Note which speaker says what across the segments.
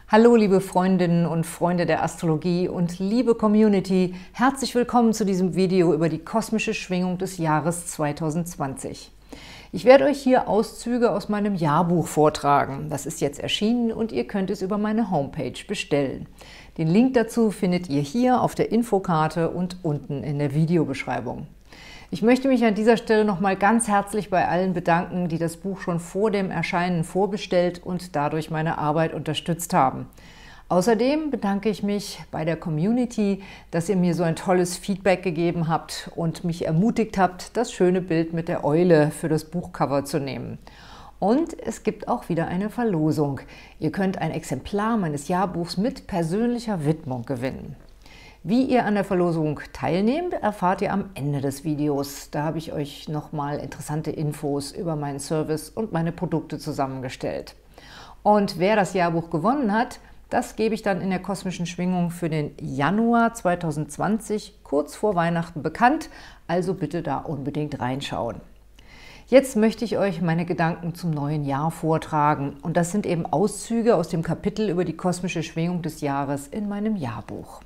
Speaker 1: Hallo liebe Freundinnen und Freunde der Astrologie und liebe Community, herzlich willkommen zu diesem Video über die kosmische Schwingung des Jahres 2020. Ich werde euch hier Auszüge aus meinem Jahrbuch vortragen. Das ist jetzt erschienen und ihr könnt es über meine Homepage bestellen. Den Link dazu findet ihr hier auf der Infokarte und unten in der Videobeschreibung. Ich möchte mich an dieser Stelle nochmal ganz herzlich bei allen bedanken, die das Buch schon vor dem Erscheinen vorbestellt und dadurch meine Arbeit unterstützt haben. Außerdem bedanke ich mich bei der Community, dass ihr mir so ein tolles Feedback gegeben habt und mich ermutigt habt, das schöne Bild mit der Eule für das Buchcover zu nehmen. Und es gibt auch wieder eine Verlosung. Ihr könnt ein Exemplar meines Jahrbuchs mit persönlicher Widmung gewinnen. Wie ihr an der Verlosung teilnehmt, erfahrt ihr am Ende des Videos. Da habe ich euch nochmal interessante Infos über meinen Service und meine Produkte zusammengestellt. Und wer das Jahrbuch gewonnen hat, das gebe ich dann in der kosmischen Schwingung für den Januar 2020 kurz vor Weihnachten bekannt. Also bitte da unbedingt reinschauen. Jetzt möchte ich euch meine Gedanken zum neuen Jahr vortragen. Und das sind eben Auszüge aus dem Kapitel über die kosmische Schwingung des Jahres in meinem Jahrbuch.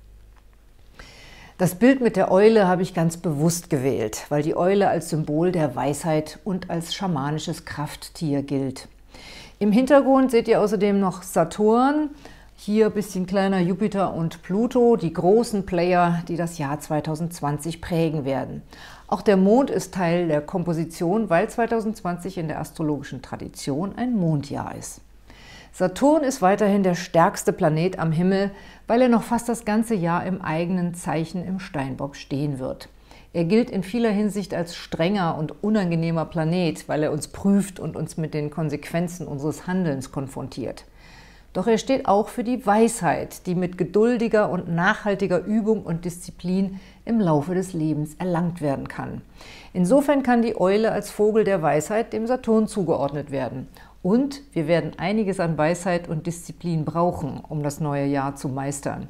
Speaker 1: Das Bild mit der Eule habe ich ganz bewusst gewählt, weil die Eule als Symbol der Weisheit und als schamanisches Krafttier gilt. Im Hintergrund seht ihr außerdem noch Saturn, hier ein bisschen kleiner Jupiter und Pluto, die großen Player, die das Jahr 2020 prägen werden. Auch der Mond ist Teil der Komposition, weil 2020 in der astrologischen Tradition ein Mondjahr ist. Saturn ist weiterhin der stärkste Planet am Himmel, weil er noch fast das ganze Jahr im eigenen Zeichen im Steinbock stehen wird. Er gilt in vieler Hinsicht als strenger und unangenehmer Planet, weil er uns prüft und uns mit den Konsequenzen unseres Handelns konfrontiert. Doch er steht auch für die Weisheit, die mit geduldiger und nachhaltiger Übung und Disziplin im Laufe des Lebens erlangt werden kann. Insofern kann die Eule als Vogel der Weisheit dem Saturn zugeordnet werden. Und wir werden einiges an Weisheit und Disziplin brauchen, um das neue Jahr zu meistern.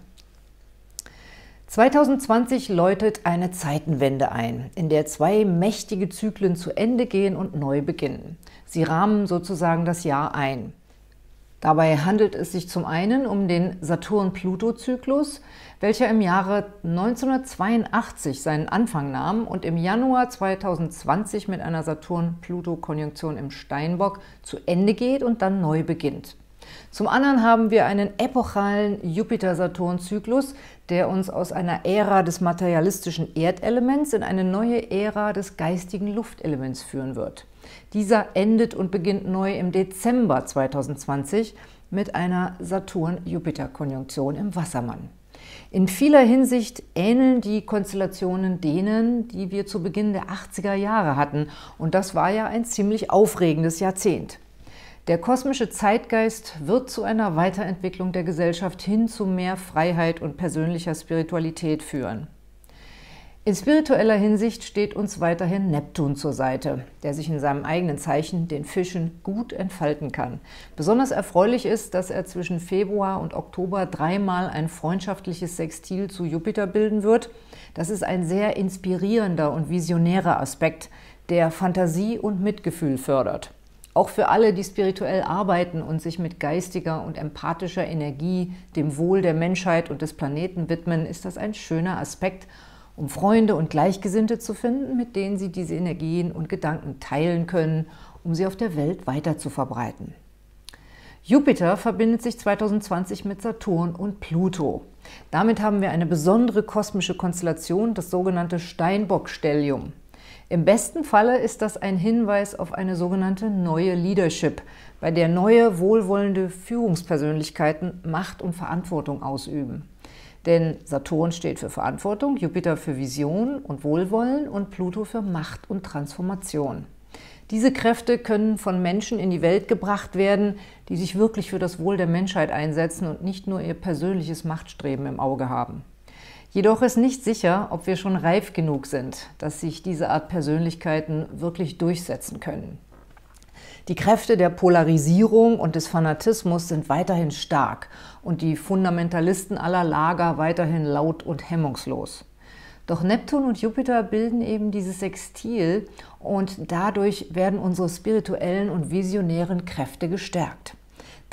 Speaker 1: 2020 läutet eine Zeitenwende ein, in der zwei mächtige Zyklen zu Ende gehen und neu beginnen. Sie rahmen sozusagen das Jahr ein. Dabei handelt es sich zum einen um den Saturn-Pluto-Zyklus, welcher im Jahre 1982 seinen Anfang nahm und im Januar 2020 mit einer Saturn-Pluto-Konjunktion im Steinbock zu Ende geht und dann neu beginnt. Zum anderen haben wir einen epochalen Jupiter-Saturn-Zyklus, der uns aus einer Ära des materialistischen Erdelements in eine neue Ära des geistigen Luftelements führen wird. Dieser endet und beginnt neu im Dezember 2020 mit einer Saturn-Jupiter-Konjunktion im Wassermann. In vieler Hinsicht ähneln die Konstellationen denen, die wir zu Beginn der 80er Jahre hatten. Und das war ja ein ziemlich aufregendes Jahrzehnt. Der kosmische Zeitgeist wird zu einer Weiterentwicklung der Gesellschaft hin zu mehr Freiheit und persönlicher Spiritualität führen. In spiritueller Hinsicht steht uns weiterhin Neptun zur Seite, der sich in seinem eigenen Zeichen, den Fischen, gut entfalten kann. Besonders erfreulich ist, dass er zwischen Februar und Oktober dreimal ein freundschaftliches Sextil zu Jupiter bilden wird. Das ist ein sehr inspirierender und visionärer Aspekt, der Fantasie und Mitgefühl fördert. Auch für alle, die spirituell arbeiten und sich mit geistiger und empathischer Energie dem Wohl der Menschheit und des Planeten widmen, ist das ein schöner Aspekt, um Freunde und Gleichgesinnte zu finden, mit denen sie diese Energien und Gedanken teilen können, um sie auf der Welt weiter zu verbreiten. Jupiter verbindet sich 2020 mit Saturn und Pluto. Damit haben wir eine besondere kosmische Konstellation, das sogenannte Steinbock-Stellium. Im besten Falle ist das ein Hinweis auf eine sogenannte neue Leadership, bei der neue, wohlwollende Führungspersönlichkeiten Macht und Verantwortung ausüben. Denn Saturn steht für Verantwortung, Jupiter für Vision und Wohlwollen und Pluto für Macht und Transformation. Diese Kräfte können von Menschen in die Welt gebracht werden, die sich wirklich für das Wohl der Menschheit einsetzen und nicht nur ihr persönliches Machtstreben im Auge haben. Jedoch ist nicht sicher, ob wir schon reif genug sind, dass sich diese Art Persönlichkeiten wirklich durchsetzen können. Die Kräfte der Polarisierung und des Fanatismus sind weiterhin stark und die Fundamentalisten aller Lager weiterhin laut und hemmungslos. Doch Neptun und Jupiter bilden eben dieses Sextil und dadurch werden unsere spirituellen und visionären Kräfte gestärkt.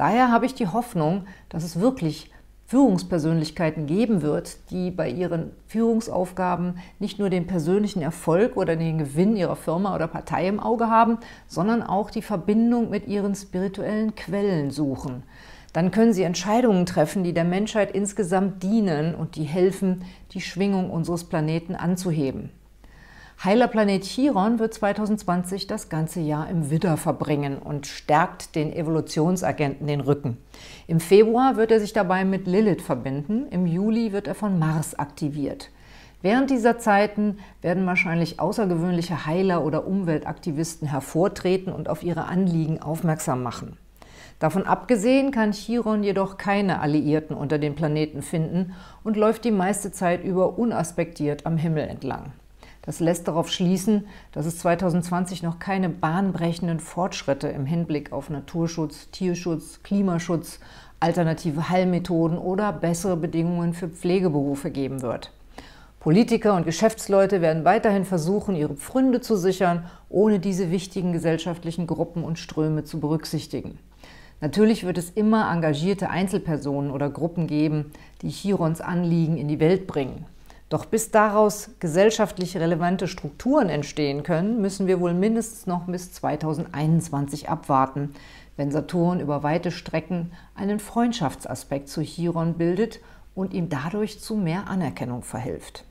Speaker 1: Daher habe ich die Hoffnung, dass es wirklich Führungspersönlichkeiten geben wird, die bei ihren Führungsaufgaben nicht nur den persönlichen Erfolg oder den Gewinn ihrer Firma oder Partei im Auge haben, sondern auch die Verbindung mit ihren spirituellen Quellen suchen. Dann können sie Entscheidungen treffen, die der Menschheit insgesamt dienen und die helfen, die Schwingung unseres Planeten anzuheben. Heiler Planet Chiron wird 2020 das ganze Jahr im Widder verbringen und stärkt den Evolutionsagenten den Rücken. Im Februar wird er sich dabei mit Lilith verbinden, im Juli wird er von Mars aktiviert. Während dieser Zeiten werden wahrscheinlich außergewöhnliche Heiler oder Umweltaktivisten hervortreten und auf ihre Anliegen aufmerksam machen. Davon abgesehen kann Chiron jedoch keine Alliierten unter den Planeten finden und läuft die meiste Zeit über unaspektiert am Himmel entlang. Das lässt darauf schließen, dass es 2020 noch keine bahnbrechenden Fortschritte im Hinblick auf Naturschutz, Tierschutz, Klimaschutz, alternative Heilmethoden oder bessere Bedingungen für Pflegeberufe geben wird. Politiker und Geschäftsleute werden weiterhin versuchen, ihre Pfründe zu sichern, ohne diese wichtigen gesellschaftlichen Gruppen und Ströme zu berücksichtigen. Natürlich wird es immer engagierte Einzelpersonen oder Gruppen geben, die Chirons Anliegen in die Welt bringen. Doch bis daraus gesellschaftlich relevante Strukturen entstehen können, müssen wir wohl mindestens noch bis 2021 abwarten, wenn Saturn über weite Strecken einen Freundschaftsaspekt zu Chiron bildet und ihm dadurch zu mehr Anerkennung verhilft.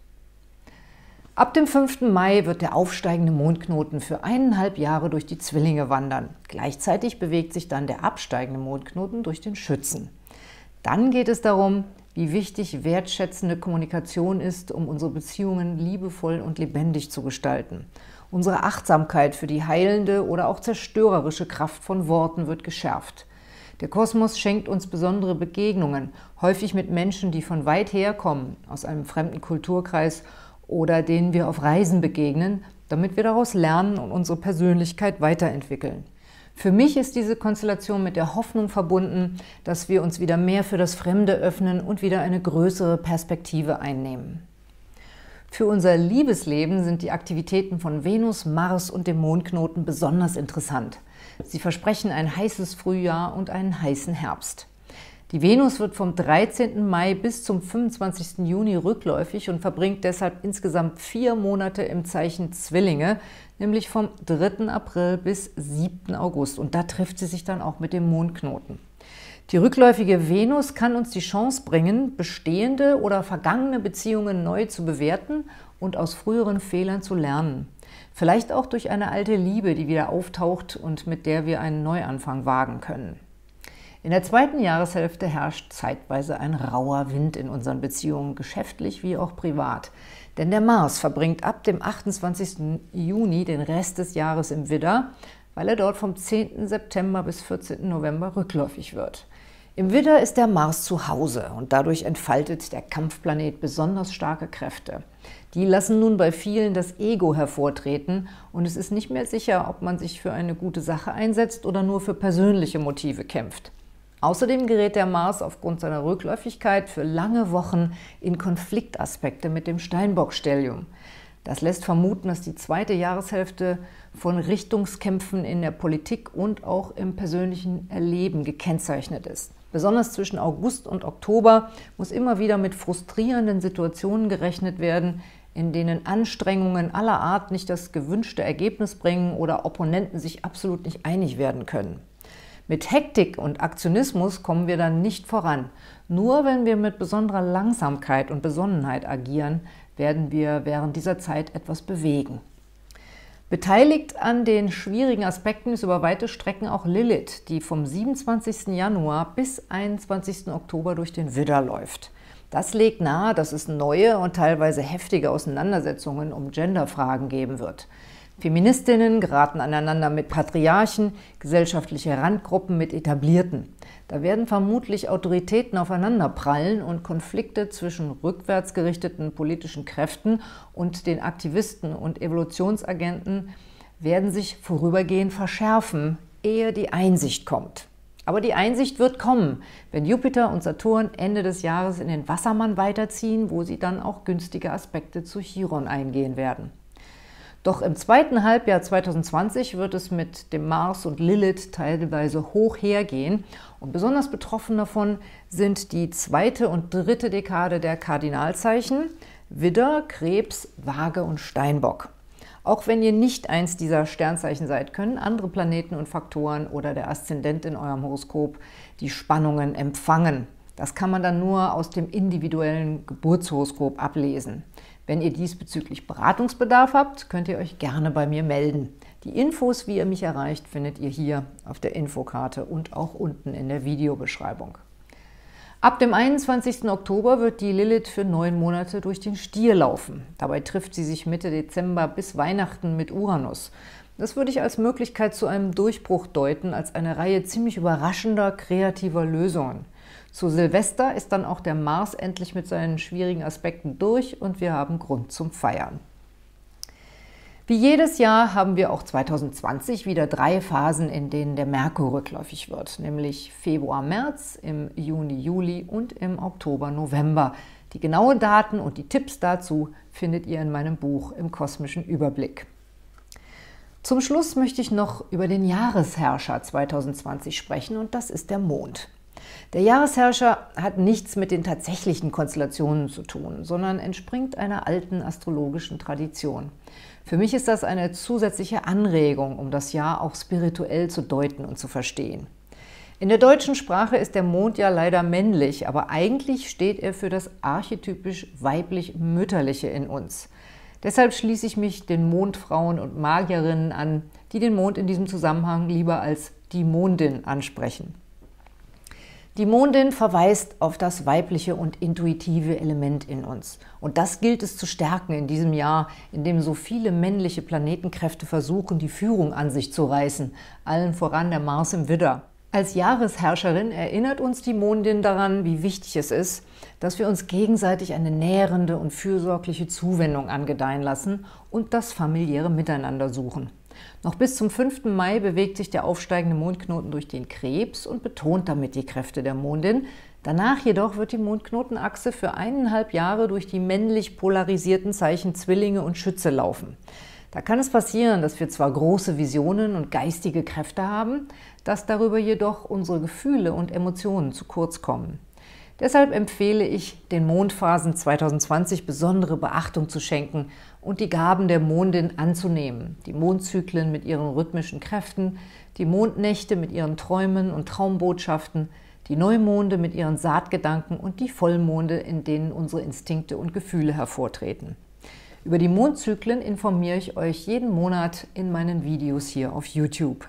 Speaker 1: Ab dem 5. Mai wird der aufsteigende Mondknoten für 1,5 Jahre durch die Zwillinge wandern. Gleichzeitig bewegt sich dann der absteigende Mondknoten durch den Schützen. Dann geht es darum, wie wichtig wertschätzende Kommunikation ist, um unsere Beziehungen liebevoll und lebendig zu gestalten. Unsere Achtsamkeit für die heilende oder auch zerstörerische Kraft von Worten wird geschärft. Der Kosmos schenkt uns besondere Begegnungen, häufig mit Menschen, die von weit her kommen, aus einem fremden Kulturkreis oder denen wir auf Reisen begegnen, damit wir daraus lernen und unsere Persönlichkeit weiterentwickeln. Für mich ist diese Konstellation mit der Hoffnung verbunden, dass wir uns wieder mehr für das Fremde öffnen und wieder eine größere Perspektive einnehmen. Für unser Liebesleben sind die Aktivitäten von Venus, Mars und dem Mondknoten besonders interessant. Sie versprechen ein heißes Frühjahr und einen heißen Herbst. Die Venus wird vom 13. Mai bis zum 25. Juni rückläufig und verbringt deshalb insgesamt 4 Monate im Zeichen Zwillinge, nämlich vom 3. April bis 7. August. Und da trifft sie sich dann auch mit dem Mondknoten. Die rückläufige Venus kann uns die Chance bringen, bestehende oder vergangene Beziehungen neu zu bewerten und aus früheren Fehlern zu lernen. Vielleicht auch durch eine alte Liebe, die wieder auftaucht und mit der wir einen Neuanfang wagen können. In der zweiten Jahreshälfte herrscht zeitweise ein rauer Wind in unseren Beziehungen, geschäftlich wie auch privat. Denn der Mars verbringt ab dem 28. Juni den Rest des Jahres im Widder, weil er dort vom 10. September bis 14. November rückläufig wird. Im Widder ist der Mars zu Hause und dadurch entfaltet der Kampfplanet besonders starke Kräfte. Die lassen nun bei vielen das Ego hervortreten und es ist nicht mehr sicher, ob man sich für eine gute Sache einsetzt oder nur für persönliche Motive kämpft. Außerdem gerät der Mars aufgrund seiner Rückläufigkeit für lange Wochen in Konfliktaspekte mit dem Steinbock-Stellium. Das lässt vermuten, dass die zweite Jahreshälfte von Richtungskämpfen in der Politik und auch im persönlichen Erleben gekennzeichnet ist. Besonders zwischen August und Oktober muss immer wieder mit frustrierenden Situationen gerechnet werden, in denen Anstrengungen aller Art nicht das gewünschte Ergebnis bringen oder Opponenten sich absolut nicht einig werden können. Mit Hektik und Aktionismus kommen wir dann nicht voran. Nur wenn wir mit besonderer Langsamkeit und Besonnenheit agieren, werden wir während dieser Zeit etwas bewegen. Beteiligt an den schwierigen Aspekten ist über weite Strecken auch Lilith, die vom 27. Januar bis 21. Oktober durch den Widder läuft. Das legt nahe, dass es neue und teilweise heftige Auseinandersetzungen um Genderfragen geben wird. Feministinnen geraten aneinander mit Patriarchen, gesellschaftliche Randgruppen mit Etablierten. Da werden vermutlich Autoritäten aufeinanderprallen und Konflikte zwischen rückwärts gerichteten politischen Kräften und den Aktivisten und Evolutionsagenten werden sich vorübergehend verschärfen, ehe die Einsicht kommt. Aber die Einsicht wird kommen, wenn Jupiter und Saturn Ende des Jahres in den Wassermann weiterziehen, wo sie dann auch günstige Aspekte zu Chiron eingehen werden. Doch im zweiten Halbjahr 2020 wird es mit dem Mars und Lilith teilweise hoch hergehen. Und besonders betroffen davon sind die zweite und dritte Dekade der Kardinalzeichen Widder, Krebs, Waage und Steinbock. Auch wenn ihr nicht eins dieser Sternzeichen seid, können andere Planeten und Faktoren oder der Aszendent in eurem Horoskop die Spannungen empfangen. Das kann man dann nur aus dem individuellen Geburtshoroskop ablesen. Wenn ihr diesbezüglich Beratungsbedarf habt, könnt ihr euch gerne bei mir melden. Die Infos, wie ihr mich erreicht, findet ihr hier auf der Infokarte und auch unten in der Videobeschreibung. Ab dem 21. Oktober wird die Lilith für 9 Monate durch den Stier laufen. Dabei trifft sie sich Mitte Dezember bis Weihnachten mit Uranus. Das würde ich als Möglichkeit zu einem Durchbruch deuten, als eine Reihe ziemlich überraschender, kreativer Lösungen. Zu Silvester ist dann auch der Mars endlich mit seinen schwierigen Aspekten durch und wir haben Grund zum Feiern. Wie jedes Jahr haben wir auch 2020 wieder 3 Phasen, in denen der Merkur rückläufig wird, nämlich Februar, März, im Juni, Juli und im Oktober, November. Die genauen Daten und die Tipps dazu findet ihr in meinem Buch im kosmischen Überblick. Zum Schluss möchte ich noch über den Jahresherrscher 2020 sprechen und das ist der Mond. Der Jahresherrscher hat nichts mit den tatsächlichen Konstellationen zu tun, sondern entspringt einer alten astrologischen Tradition. Für mich ist das eine zusätzliche Anregung, um das Jahr auch spirituell zu deuten und zu verstehen. In der deutschen Sprache ist der Mond ja leider männlich, aber eigentlich steht er für das archetypisch weiblich-mütterliche in uns. Deshalb schließe ich mich den Mondfrauen und Magierinnen an, die den Mond in diesem Zusammenhang lieber als die Mondin ansprechen. Die Mondin verweist auf das weibliche und intuitive Element in uns. Und das gilt es zu stärken in diesem Jahr, in dem so viele männliche Planetenkräfte versuchen, die Führung an sich zu reißen, allen voran der Mars im Widder. Als Jahresherrscherin erinnert uns die Mondin daran, wie wichtig es ist, dass wir uns gegenseitig eine nährende und fürsorgliche Zuwendung angedeihen lassen und das familiäre Miteinander suchen. Noch bis zum 5. Mai bewegt sich der aufsteigende Mondknoten durch den Krebs und betont damit die Kräfte der Mondin. Danach jedoch wird die Mondknotenachse für 1,5 Jahre durch die männlich polarisierten Zeichen Zwillinge und Schütze laufen. Da kann es passieren, dass wir zwar große Visionen und geistige Kräfte haben, dass darüber jedoch unsere Gefühle und Emotionen zu kurz kommen. Deshalb empfehle ich, den Mondphasen 2020 besondere Beachtung zu schenken und die Gaben der Mondin anzunehmen. Die Mondzyklen mit ihren rhythmischen Kräften, die Mondnächte mit ihren Träumen und Traumbotschaften, die Neumonde mit ihren Saatgedanken und die Vollmonde, in denen unsere Instinkte und Gefühle hervortreten. Über die Mondzyklen informiere ich euch jeden Monat in meinen Videos hier auf YouTube.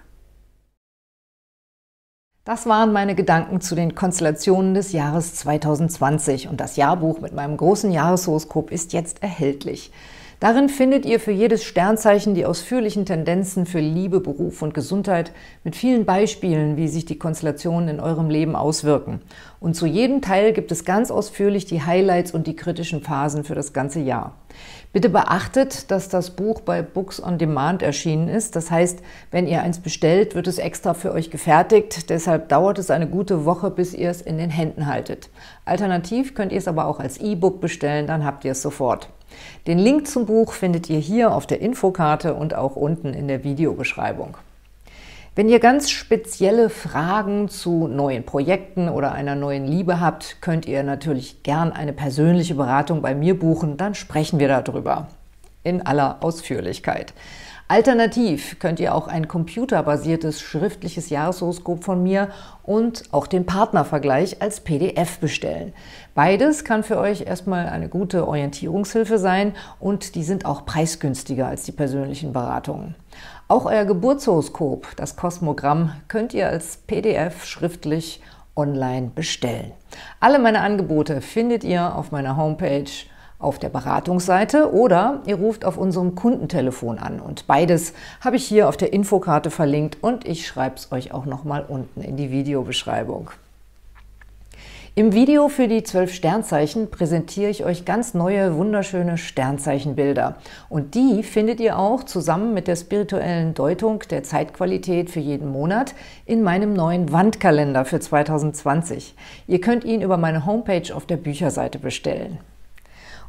Speaker 1: Das waren meine Gedanken zu den Konstellationen des Jahres 2020 und das Jahrbuch mit meinem großen Jahreshoroskop ist jetzt erhältlich. Darin findet ihr für jedes Sternzeichen die ausführlichen Tendenzen für Liebe, Beruf und Gesundheit mit vielen Beispielen, wie sich die Konstellationen in eurem Leben auswirken. Und zu jedem Teil gibt es ganz ausführlich die Highlights und die kritischen Phasen für das ganze Jahr. Bitte beachtet, dass das Buch bei Books on Demand erschienen ist. Das heißt, wenn ihr eins bestellt, wird es extra für euch gefertigt. Deshalb dauert es eine gute Woche, bis ihr es in den Händen haltet. Alternativ könnt ihr es aber auch als E-Book bestellen, dann habt ihr es sofort. Den Link zum Buch findet ihr hier auf der Infokarte und auch unten in der Videobeschreibung. Wenn ihr ganz spezielle Fragen zu neuen Projekten oder einer neuen Liebe habt, könnt ihr natürlich gern eine persönliche Beratung bei mir buchen, dann sprechen wir darüber in aller Ausführlichkeit. Alternativ könnt ihr auch ein computerbasiertes schriftliches Jahreshoroskop von mir und auch den Partnervergleich als PDF bestellen. Beides kann für euch erstmal eine gute Orientierungshilfe sein und die sind auch preisgünstiger als die persönlichen Beratungen. Auch euer Geburtshoroskop, das Kosmogramm, könnt ihr als PDF schriftlich online bestellen. Alle meine Angebote findet ihr auf meiner Homepage auf der Beratungsseite oder ihr ruft auf unserem Kundentelefon an. Und beides habe ich hier auf der Infokarte verlinkt und ich schreibe es euch auch nochmal unten in die Videobeschreibung. Im Video für die 12 Sternzeichen präsentiere ich euch ganz neue, wunderschöne Sternzeichenbilder. Und die findet ihr auch zusammen mit der spirituellen Deutung der Zeitqualität für jeden Monat in meinem neuen Wandkalender für 2020. Ihr könnt ihn über meine Homepage auf der Bücherseite bestellen.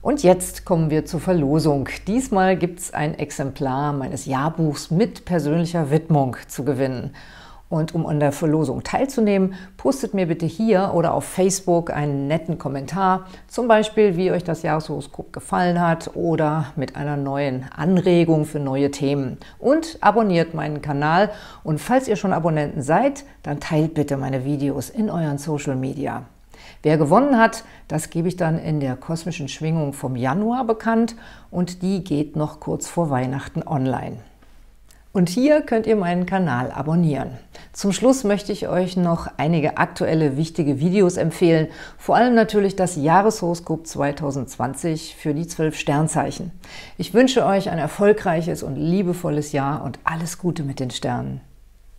Speaker 1: Und jetzt kommen wir zur Verlosung. Diesmal gibt es ein Exemplar meines Jahrbuchs mit persönlicher Widmung zu gewinnen. Und um an der Verlosung teilzunehmen, postet mir bitte hier oder auf Facebook einen netten Kommentar, zum Beispiel, wie euch das Jahreshoroskop gefallen hat oder mit einer neuen Anregung für neue Themen. Und abonniert meinen Kanal und falls ihr schon Abonnenten seid, dann teilt bitte meine Videos in euren Social Media. Wer gewonnen hat, das gebe ich dann in der kosmischen Schwingung vom Januar bekannt und die geht noch kurz vor Weihnachten online. Und hier könnt ihr meinen Kanal abonnieren. Zum Schluss möchte ich euch noch einige aktuelle, wichtige Videos empfehlen, vor allem natürlich das Jahreshoroskop 2020 für die 12 Sternzeichen. Ich wünsche euch ein erfolgreiches und liebevolles Jahr und alles Gute mit den Sternen.